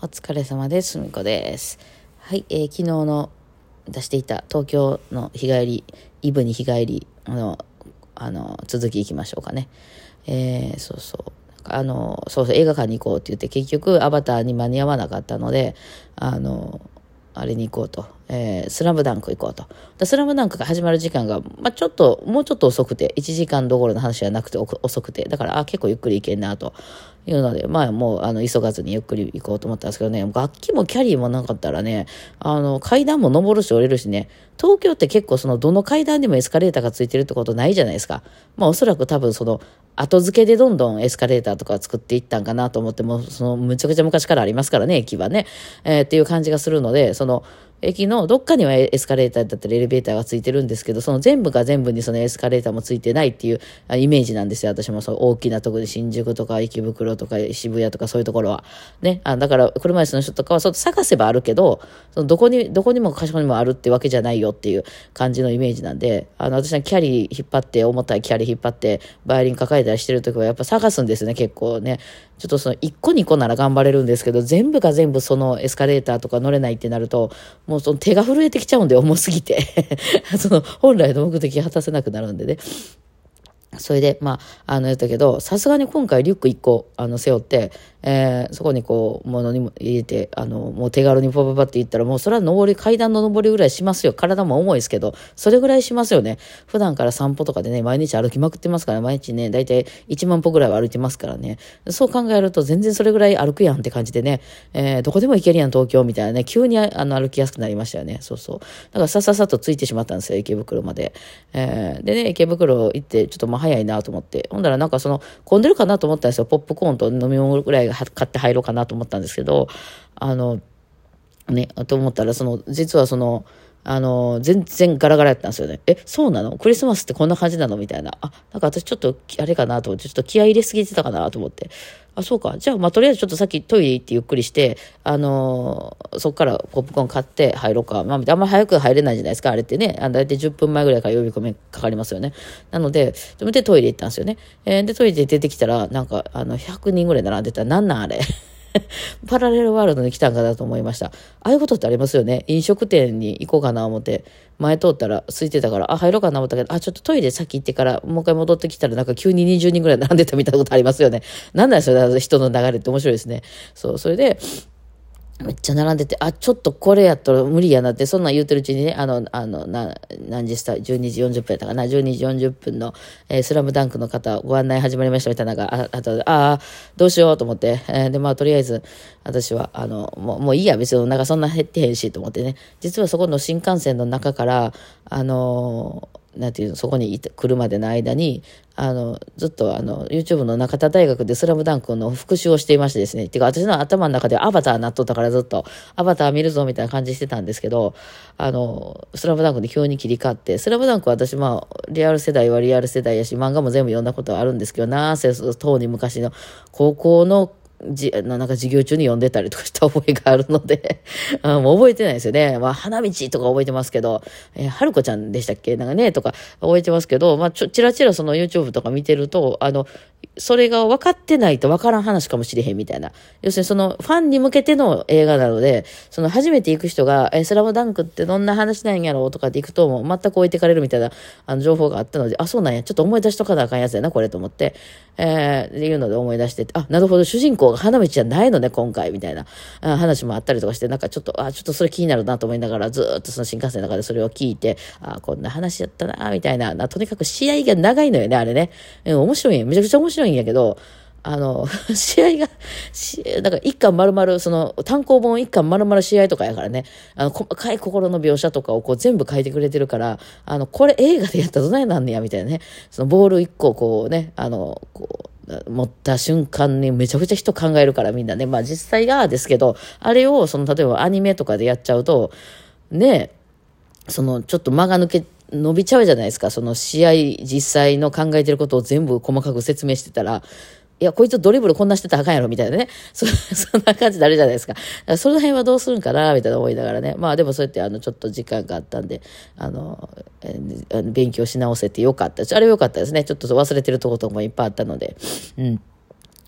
お疲れ様です。みこです。はい、昨日の出していた東京の日帰り、イブに日帰り、続きいきましょうかね。そうそう映画館に行こうって言って結局アバターに間に合わなかったので、あれに行こうと、スラムダンク行こうと。スラムダンクが始まる時間が、もうちょっと遅くて、1時間どころの話じゃなくて遅くて、だから結構ゆっくり行けんなというので、もう急がずにゆっくり行こうと思ったんですけどね、楽器もキャリーもなかったらね、階段も登るし降りるしね、東京って結構どの階段にもエスカレーターがついてるってことないじゃないですか。おそらく多分後付けでどんどんエスカレーターとか作っていったんかなと思っても、むちゃくちゃ昔からありますからね、駅はね、っていう感じがするので、駅のどっかにはエスカレーターだったりエレベーターがついてるんですけど、全部が全部にエスカレーターもついてないっていうイメージなんですよ。私も大きなところで新宿とか池袋とか渋谷とかそういうところは。ね。だから車椅子の人とかは探せばあるけど、どこにも箇所にもあるってわけじゃないよっていう感じのイメージなんで、私はキャリー引っ張って、重たいキャリー引っ張って、バイオリン抱えたりしてるときはやっぱ探すんですね、結構ね。ちょっと1個2個なら頑張れるんですけど、全部が全部エスカレーターとか乗れないってなると、もう手が震えてきちゃうんで、重すぎて本来の目的果たせなくなるんでね。それで、やったけど、さすがに今回リュック1個、背負って、そこに物にも入れて、もう手軽にパパパって言ったら、もうそれは階段の上りぐらいしますよ。体も重いですけど、それぐらいしますよね。普段から散歩とかでね、毎日歩きまくってますから、毎日ね、だいたい1万歩ぐらいは歩いてますからね。そう考えると、全然それぐらい歩くやんって感じでね、どこでも行けるやん、東京みたいなね、急に歩きやすくなりましたよね。そうそう。だからさっとついてしまったんですよ、池袋まで。でね、池袋行って、ちょっと早いなと思って。ほんだら混んでるかなと思ったんですよ。ポップコーンと飲み物ぐらい買って入ろうかなと思ったんですけど、と思ったら、実は全然ガラガラやったんですよね。そうなの？クリスマスってこんな感じなのみたいな。私ちょっと、あれかなと思って、ちょっと気合い入れすぎてたかなと思って。そうか。じゃあ、とりあえずちょっとさっきトイレ行ってゆっくりして、そっからポップコーン買って入ろうか。あんまり早く入れないじゃないですか。あれってね。だいたい10分前ぐらいから呼び込みかかりますよね。なので、トイレ行ったんですよね。で、トイレで出てきたら、100人ぐらい並んでたら、なんなんあれ。パラレルワールドに来たんかなと思いました。ああいうことってありますよね。飲食店に行こうかな思って、前通ったら空いてたから、入ろうかな思ったけど、ちょっとトイレ先行ってから、もう一回戻ってきたら、急に20人ぐらい並んでたみたいなことありますよね。なんなんですよ、人の流れって面白いですね。そう、それで、めっちゃ並んでて、ちょっとこれやったら無理やなって、そんなん言うてるうちにね、何時12時40分やったかな、12時40分の、スラムダンクの方、ご案内始まりましたみたいなのが、どうしようと思って、で、とりあえず、私は、もういいや、別にそんな減ってへんし、と思ってね、実はそこの新幹線の中から、なんていうの、そこに来るまでの間に、ずっとYouTube の中田大学でスラムダンクの復習をしていましてですね。てか、私の頭の中でアバターなっとったからずっと、アバター見るぞみたいな感じしてたんですけど、スラムダンクに急に切り替わって、スラムダンクは私、リアル世代はリアル世代やし、漫画も全部読んだことはあるんですけど、なんせ、当に昔の高校の授業中に読んでたりとかした覚えがあるのでもう覚えてないですよね。花道とか覚えてますけど、春子ちゃんでしたっけとか覚えてますけど、ちらちらYouTube とか見てると、それが分かってないと分からん話かもしれへんみたいな。要するにファンに向けての映画なので、初めて行く人が、スラムダンクってどんな話なんやろうとかって行くと、もう全く置いてかれるみたいな、情報があったので、そうなんや、ちょっと思い出しとかなあかんやつやな、これと思って、っていうので思い出してて、なるほど、主人公が花道じゃないのね、今回、みたいな、話もあったりとかして、ちょっとそれ気になるなと思いながら、ずーっとその新幹線の中でそれを聞いて、こんな話やったな、みたいな、とにかく試合が長いのよね、あれね。面白いんや、めちゃくちゃ面白いんやけど、試合が、一巻丸々、単行本一巻丸々試合とかやからね、細かい心の描写とかを全部書いてくれてるから、これ映画でやったらどないなんねや、みたいなね。ボール一個持った瞬間にめちゃくちゃ人考えるからみんなね。実際がですけど、あれを例えばアニメとかでやっちゃうと、ね、ちょっと間が伸びちゃうじゃないですか。試合実際の考えてることを全部細かく説明してたら、いや、こいつドリブルこんなしてたらあかんやろ、みたいなね。そんな感じになるじゃないですか。だからその辺はどうするんかな、みたいな思いながらね。でもそうやってちょっと時間があったんで、勉強し直せてよかったし、あれよかったですね。ちょっと忘れてるところとかもいっぱいあったので。うん。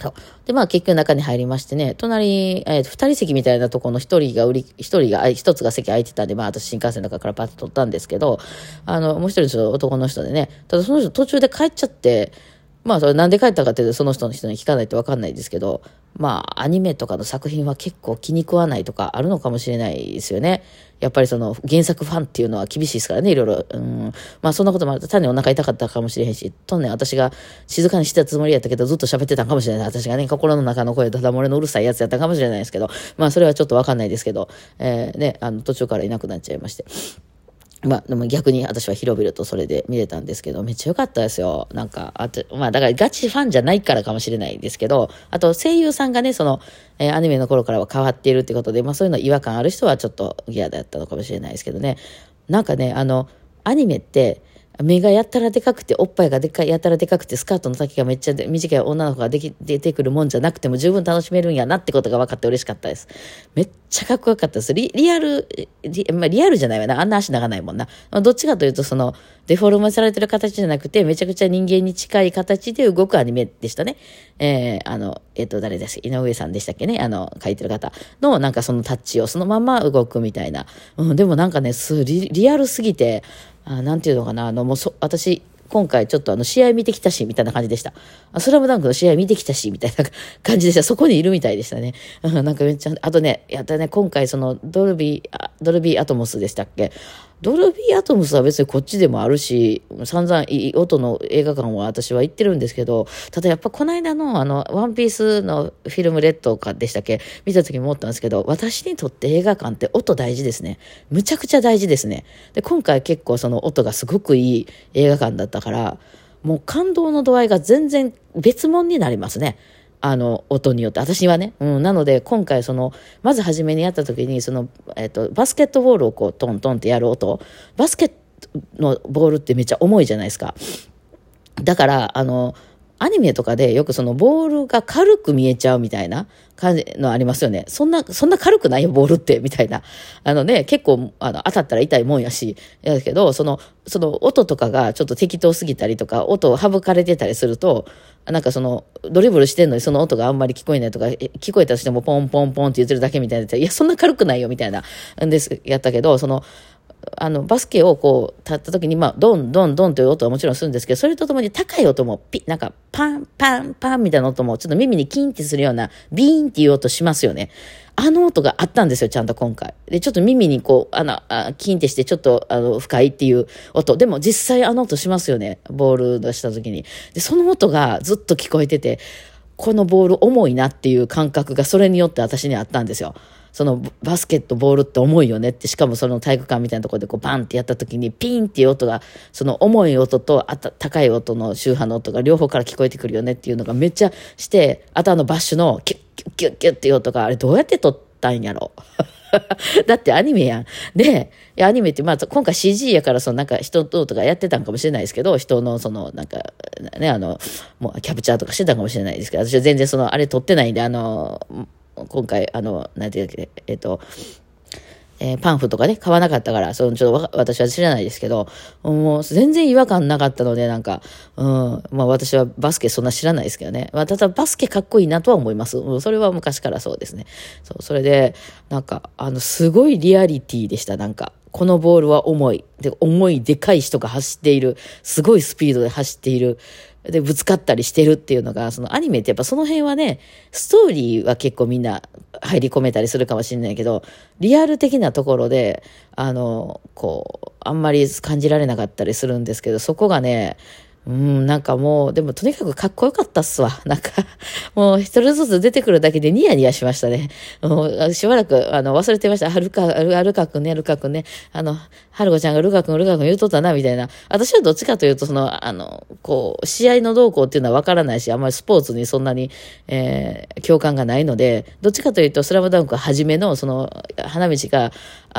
そうで、まあ結局中に入りましてね、隣、二人席みたいなところの一つが席空いてたんで、まあ私新幹線の中からパッと取ったんですけど、もう一人の男の人でね、ただその人途中で帰っちゃって、まあそれなんで帰ったかっていうとその人に聞かないとわかんないですけど、まあアニメとかの作品は結構気に食わないとかあるのかもしれないですよね。やっぱりその原作ファンっていうのは厳しいですからね、いろいろ。まあそんなこともあると単にお腹痛かったかもしれへんし、とんねん私が静かにしてたつもりやったけどずっと喋ってたかもしれない。私がね、心の中の声、ただ漏れのうるさいやつやったかもしれないですけど、まあそれはちょっとわかんないですけど、ね、途中からいなくなっちゃいまして。まあ、でも逆に私は広々とそれで見れたんですけど、めっちゃ良かったですよ。なんか、まあだからガチファンじゃないからかもしれないですけど、あと声優さんがね、アニメの頃からは変わっているってことで、まあそういうの違和感ある人はちょっと嫌だったのかもしれないですけどね。なんかね、アニメって、目がやったらでかくて、おっぱいがやったらでかくて、スカートの丈がめっちゃ短い女の子が出てくるもんじゃなくても十分楽しめるんやなってことが分かって嬉しかったです。めっちゃかっこよかったです。リアルじゃないわな。あんな足長ないもんな。どっちかというと、デフォルメされてる形じゃなくて、めちゃくちゃ人間に近い形で動くアニメでしたね。誰です井上さんでしたっけね。書いてる方の、なんかそのタッチをそのまま動くみたいな。でもなんかね、リアルすぎて、なんていうのかな、私、今回ちょっと試合見てきたし、みたいな感じでした。スラムダンクの試合見てきたし、みたいな感じでした。そこにいるみたいでしたね。なんかめっちゃ、あとね、今回ドルビーアトモスでしたっけ。ドルビーアトムスは別にこっちでもあるし、散々いい音の映画館は私は行ってるんですけど、ただやっぱこの間のワンピースのフィルムレッドかでしたっけ見た時も思ったんですけど、私にとって映画館って音大事ですね。むちゃくちゃ大事ですね。で、今回結構音がすごくいい映画館だったから、もう感動の度合いが全然別物になりますね。音によって。私はね。なので、今回まず初めにやった時に、バスケットボールをこう、トントンってやる音。バスケットのボールってめっちゃ重いじゃないですか。だから、アニメとかでよくボールが軽く見えちゃうみたいな感じのありますよね。そんな軽くないよ、ボールって、みたいな。結構、当たったら痛いもんやし、やけど、音とかがちょっと適当すぎたりとか、音を省かれてたりすると、なんかドリブルしてんのにその音があんまり聞こえないとか、聞こえたとしてもポンポンポンって言ってるだけみたいな。いや、そんな軽くないよ、みたいな、やったけど、バスケをこう、立った時に、まあ、ドン、ドン、ドンという音はもちろんするんですけど、それとともに高い音も、なんか、パン、パン、パンみたいな音も、ちょっと耳にキンってするような、ビーンっていう音しますよね。あの音があったんですよ、ちゃんと今回。で、ちょっと耳にこう、キンってして、ちょっと、深いっていう音。でも、実際あの音しますよね、ボール出した時に。で、その音がずっと聞こえてて、このボール重いなっていう感覚がそれによって私にあったんですよ。バスケットボールって重いよねって、しかも体育館みたいなところでこうバンってやった時にピンっていう音が、重い音と高い音の周波の音が両方から聞こえてくるよねっていうのがめっちゃして、あとバッシュのキュッキュッキュッキュッっていう音があれどうやって撮ったんやろだってアニメやん。で、アニメって、まあ、今回 CG やから、なんか人とかやってたんかもしれないですけど、人のなんか、ね、もうキャプチャーとかしてたかもしれないですけど、私は全然あれ撮ってないんで、今回、なんていうか、パンフとかね、買わなかったから、ちょっと私は知らないですけど、もう全然違和感なかったので、なんか、まあ私はバスケそんな知らないですけどね。まあただバスケかっこいいなとは思います。それは昔からそうですね。それで、なんか、すごいリアリティでした、なんか。このボールは重い。で、でかい人が走っている。すごいスピードで走っている。で、ぶつかったりしてるっていうのが、アニメってやっぱその辺はね、ストーリーは結構みんな入り込めたりするかもしれないけど、リアル的なところで、あんまり感じられなかったりするんですけど、そこがね、なんかもう、でもとにかくかっこよかったっすわ。なんか、もう一人ずつ出てくるだけでニヤニヤしましたね。しばらく、忘れてました。ルカ君ね、はるこちゃんがルカ君言うとったな、みたいな。私はどっちかというと、試合の動向っていうのはわからないし、あんまりスポーツにそんなに、共感がないので、どっちかというと、スラムダンクは初めの、花道が、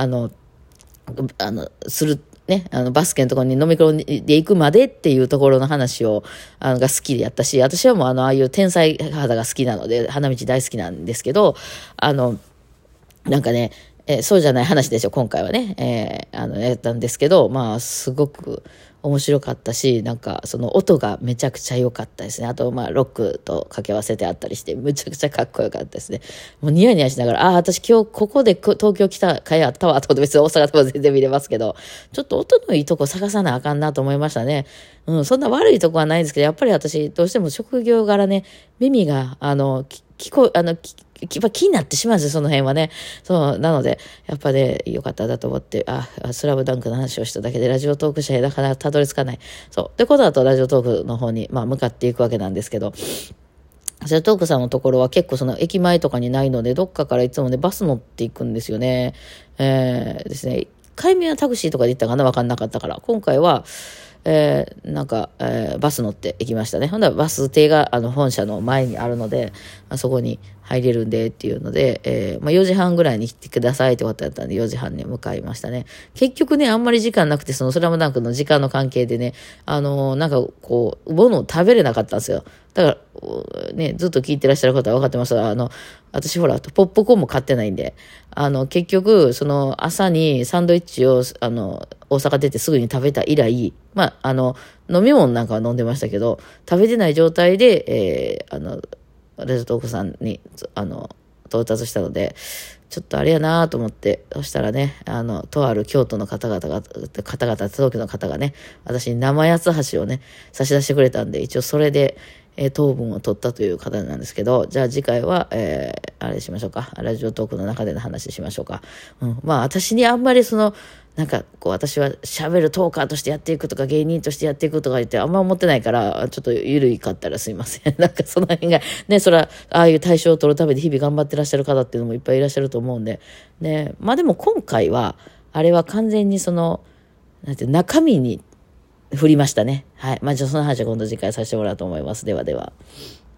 する、ね、バスケのところに飲み込んでいくまでっていうところの話を、が好きでやったし、私はもうああいう天才肌が好きなので、花道大好きなんですけど、なんかね、 そうじゃない話ですよ、今回はね。やったんですけど、まあ、すごく面白かったし、なんか、その音がめちゃくちゃ良かったですね。あと、まあ、ロックと掛け合わせてあったりして、むちゃくちゃかっこよかったですね。もうニヤニヤしながら、私今日ここで東京来た回あったわ、と思って別に大阪でも全然見れますけど、ちょっと音のいいとこ探さなあかんなと思いましたね。そんな悪いとこはないんですけど、やっぱり私、どうしても職業柄ね、耳が、気になってしまうんですよ、その辺はね。そう、なので、やっぱね、よかっただと思って、スラムダンクの話をしただけで、ラジオトーク社へなかなかたどり着かない。そう。で、この後ラジオトークの方に、まあ、向かっていくわけなんですけど、ラジオトークさんのところは結構その駅前とかにないので、どっかからいつもね、バス乗っていくんですよね。ですね。1回目はタクシーとかで行ったかな、わかんなかったから。今回は、バス乗って行きましたね。ほんならバス停が本社の前にあるので、そこに入れるんでっていうので、4時半ぐらいに来てくださいってことだったんで、4時半に向かいましたね。結局ね、あんまり時間なくて、そのスラムダンクの時間の関係でね、物を食べれなかったんですよ。だから、ね、ずっと聞いてらっしゃる方は分かってますが、私ほら、ポップコーンも買ってないんで、結局、その朝にサンドイッチを、大阪出てすぐに食べた以来、まあ、飲み物なんかは飲んでましたけど、食べてない状態で、ラジオトークさんに、到達したので、ちょっとあれやなと思って、そしたらね、とある京都の方々、東京の方がね、私に生八つ橋をね、差し出してくれたんで、一応それで、糖分を取ったという方なんですけど、じゃあ次回は、あれしましょうか。ラジオトークの中での話しましょうか。まあ私にあんまり私は喋るトーカーとしてやっていくとか芸人としてやっていくとか言ってあんま思ってないから、ちょっと緩いかったらすいません。その辺が、ね、ああいう対象を取るために日々頑張ってらっしゃる方っていうのもいっぱいいらっしゃると思うんで。ね、まあでも今回は、あれは完全に中身に振りましたね。はい。まあ、その話は今度次回させてもらおうと思います。ではでは。